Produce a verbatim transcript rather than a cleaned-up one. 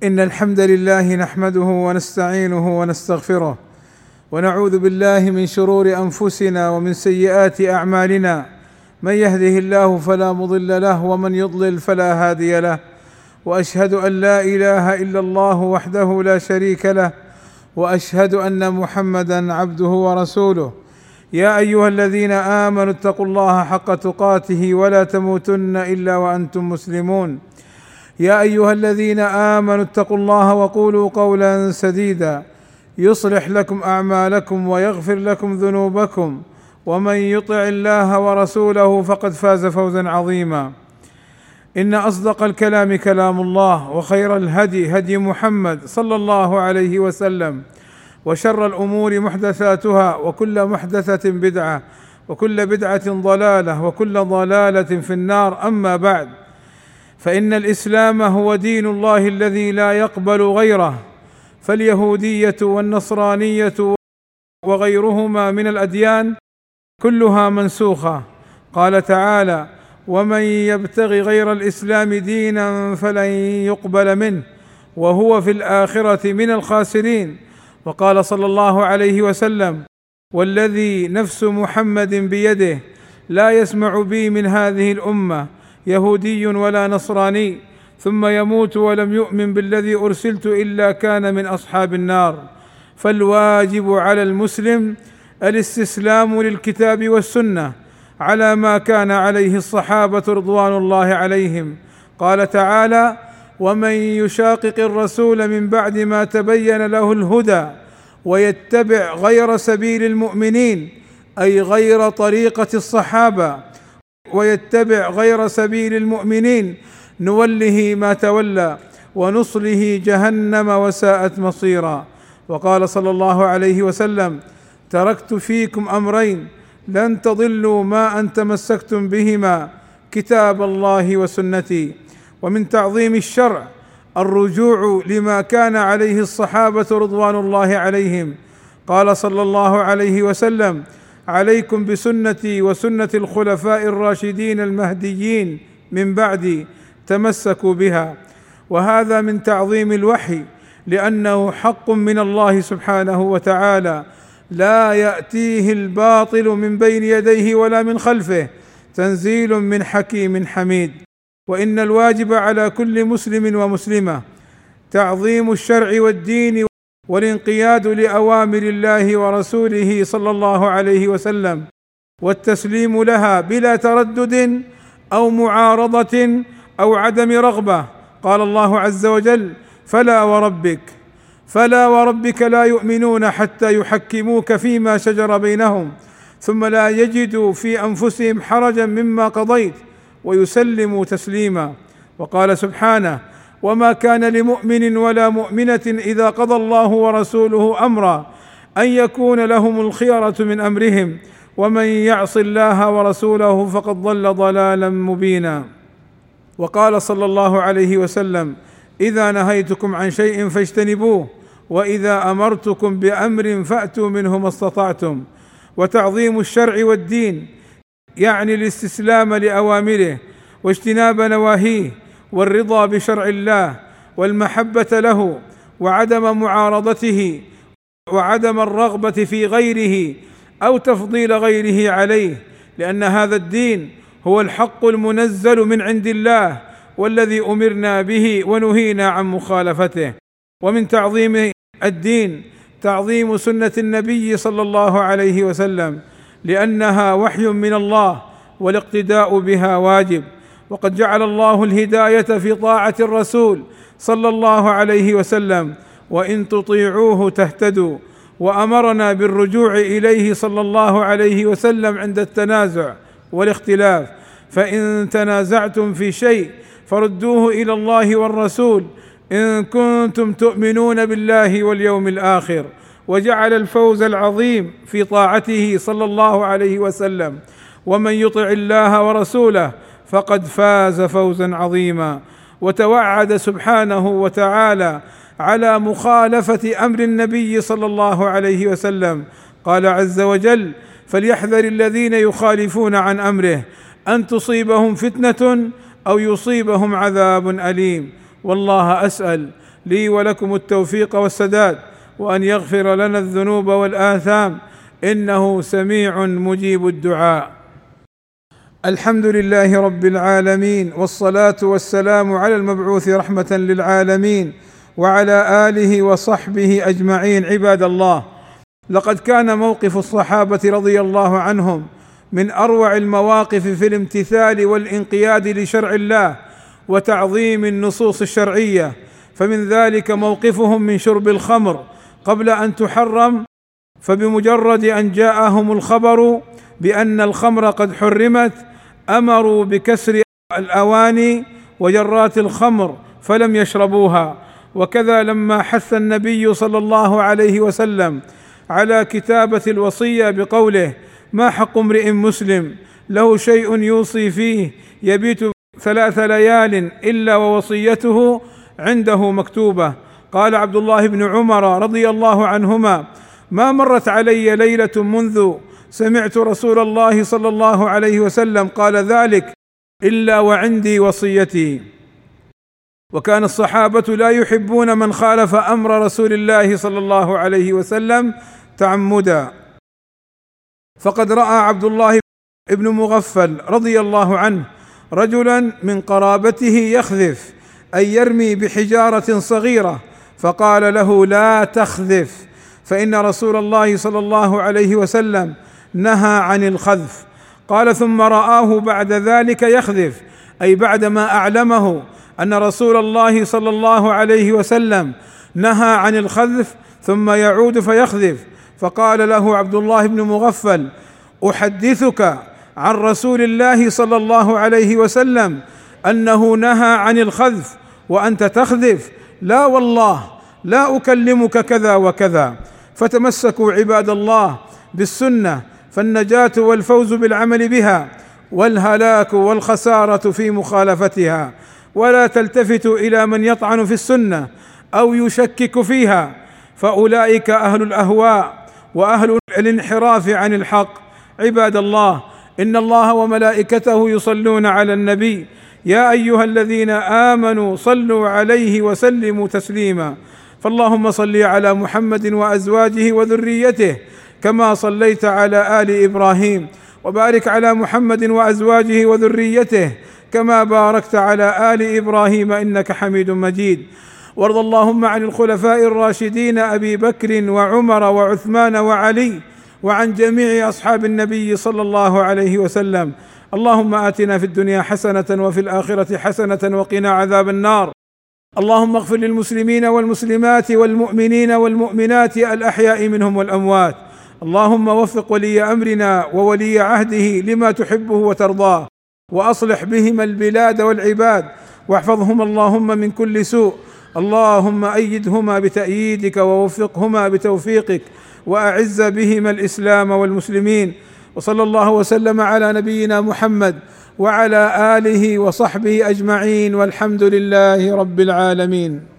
إن الحمد لله نحمده ونستعينه ونستغفره، ونعوذ بالله من شرور أنفسنا ومن سيئات أعمالنا، من يهده الله فلا مضل له ومن يضلل فلا هادي له، وأشهد أن لا إله إلا الله وحده لا شريك له، وأشهد أن محمدًا عبده ورسوله. يا أيها الذين آمنوا اتقوا الله حق تقاته ولا تموتن إلا وأنتم مسلمون. يا أيها الذين آمنوا اتقوا الله وقولوا قولا سديدا يصلح لكم أعمالكم ويغفر لكم ذنوبكم، ومن يطع الله ورسوله فقد فاز فوزا عظيما. إن أصدق الكلام كلام الله، وخير الهدي هدي محمد صلى الله عليه وسلم، وشر الأمور محدثاتها، وكل محدثة بدعة، وكل بدعة ضلالة، وكل ضلالة في النار. أما بعد، فإن الإسلام هو دين الله الذي لا يقبل غيره، فاليهودية والنصرانية وغيرهما من الأديان كلها منسوخة. قال تعالى: ومن يبتغ غير الإسلام دينا فلن يقبل منه وهو في الآخرة من الخاسرين. وقال صلى الله عليه وسلم: والذي نفس محمد بيده لا يسمع بي من هذه الأمة يهودي ولا نصراني ثم يموت ولم يؤمن بالذي أرسلت إلا كان من أصحاب النار. فالواجب على المسلم الاستسلام للكتاب والسنة على ما كان عليه الصحابة رضوان الله عليهم. قال تعالى: ومن يشاقق الرسول من بعد ما تبين له الهدى ويتبع غير سبيل المؤمنين، أي غير طريقة الصحابة، ويتبع غير سبيل المؤمنين نوله ما تولى ونصله جهنم وساءت مصيرا. وقال صلى الله عليه وسلم: تركت فيكم أمرين لن تضلوا ما أن تمسكتم بهما، كتاب الله وسنتي. ومن تعظيم الشرع الرجوع لما كان عليه الصحابة رضوان الله عليهم. قال صلى الله عليه وسلم: عليكم بسنتي وسنة الخلفاء الراشدين المهديين من بعدي، تمسكوا بها. وهذا من تعظيم الوحي، لأنه حق من الله سبحانه وتعالى، لا يأتيه الباطل من بين يديه ولا من خلفه، تنزيل من حكيم حميد. وإن الواجب على كل مسلم ومسلمة تعظيم الشرع والدين والانقياد لأوامر الله ورسوله صلى الله عليه وسلم، والتسليم لها بلا تردد أو معارضة أو عدم رغبة. قال الله عز وجل: فلا وربك فلا وربك لا يؤمنون حتى يحكموك فيما شجر بينهم ثم لا يجدوا في أنفسهم حرجا مما قضيت ويسلموا تسليما. وقال سبحانه: وما كان لمؤمن ولا مؤمنة إذا قضى الله ورسوله أمرا أن يكون لهم الخيرة من أمرهم ومن يعص الله ورسوله فقد ضل ضلالا مبينا. وقال صلى الله عليه وسلم: إذا نهيتكم عن شيء فاجتنبوه، وإذا أمرتكم بأمر فأتوا منه ما استطعتم. وتعظيم الشرع والدين يعني الاستسلام لأوامره واجتناب نواهيه، والرضا بشرع الله والمحبة له، وعدم معارضته، وعدم الرغبة في غيره أو تفضيل غيره عليه، لأن هذا الدين هو الحق المنزل من عند الله والذي أمرنا به ونهينا عن مخالفته. ومن تعظيم الدين تعظيم سنة النبي صلى الله عليه وسلم، لأنها وحي من الله والاقتداء بها واجب. وقد جعل الله الهداية في طاعة الرسول صلى الله عليه وسلم: وإن تطيعوه تهتدوا. وأمرنا بالرجوع إليه صلى الله عليه وسلم عند التنازع والاختلاف، فإن تنازعتم في شيء فردوه إلى الله والرسول إن كنتم تؤمنون بالله واليوم الآخر. وجعل الفوز العظيم في طاعته صلى الله عليه وسلم: ومن يطع الله ورسوله فقد فاز فوزا عظيما. وتوعد سبحانه وتعالى على مخالفة أمر النبي صلى الله عليه وسلم. قال عز وجل: فليحذر الذين يخالفون عن أمره أن تصيبهم فتنة أو يصيبهم عذاب أليم. والله أسأل لي ولكم التوفيق والسداد، وأن يغفر لنا الذنوب والآثام، إنه سميع مجيب الدعاء. الحمد لله رب العالمين، والصلاة والسلام على المبعوث رحمة للعالمين وعلى آله وصحبه أجمعين. عباد الله، لقد كان موقف الصحابة رضي الله عنهم من أروع المواقف في الامتثال والانقياد لشرع الله وتعظيم النصوص الشرعية، فمن ذلك موقفهم من شرب الخمر قبل أن تحرم، فبمجرد أن جاءهم الخبر بأن الخمر قد حرمت أمروا بكسر الأواني وجرات الخمر فلم يشربوها. وكذا لما حث النبي صلى الله عليه وسلم على كتابة الوصية بقوله: ما حق امرئ مسلم له شيء يوصي فيه يبيت ثلاث ليال إلا ووصيته عنده مكتوبة. قال عبد الله بن عمر رضي الله عنهما: ما مرت علي ليلة منذ سمعت رسول الله صلى الله عليه وسلم قال ذلك إلا وعندي وصيتي. وكان الصحابة لا يحبون من خالف أمر رسول الله صلى الله عليه وسلم تعمدا، فقد رأى عبد الله بن مغفل رضي الله عنه رجلا من قرابته يخذف، أي يرمي بحجارة صغيرة، فقال له: لا تخذف، فإن رسول الله صلى الله عليه وسلم نهى عن الخذف. قال: ثم رآه بعد ذلك يخذف، أي بعدما أعلمه أن رسول الله صلى الله عليه وسلم نهى عن الخذف، ثم يعود فيخذف، فقال له عبد الله بن مغفل: أحدثك عن رسول الله صلى الله عليه وسلم أنه نهى عن الخذف وأنت تخذف؟ لا والله، لا أكلمك كذا وكذا. فتمسكوا عباد الله بالسنة، فالنجاة والفوز بالعمل بها، والهلاك والخسارة في مخالفتها. ولا تلتفتوا إلى من يطعن في السنة أو يشكك فيها، فأولئك أهل الأهواء وأهل الانحراف عن الحق. عباد الله، إن الله وملائكته يصلون على النبي، يا أيها الذين آمنوا صلوا عليه وسلموا تسليما. فاللهم صل على محمد وأزواجه وذريته كما صليت على آل إبراهيم، وبارك على محمد وأزواجه وذريته كما باركت على آل إبراهيم إنك حميد مجيد. وارض اللهم عن الخلفاء الراشدين أبي بكر وعمر وعثمان وعلي، وعن جميع أصحاب النبي صلى الله عليه وسلم. اللهم آتنا في الدنيا حسنة وفي الآخرة حسنة وقنا عذاب النار. اللهم اغفر للمسلمين والمسلمات والمؤمنين والمؤمنات الأحياء منهم والأموات. اللهم وفق ولي أمرنا وولي عهده لما تحبه وترضاه، وأصلح بهما البلاد والعباد، واحفظهما اللهم من كل سوء. اللهم أيدهما بتأييدك ووفقهما بتوفيقك، وأعز بهما الإسلام والمسلمين. وصلى الله وسلم على نبينا محمد وعلى آله وصحبه أجمعين، والحمد لله رب العالمين.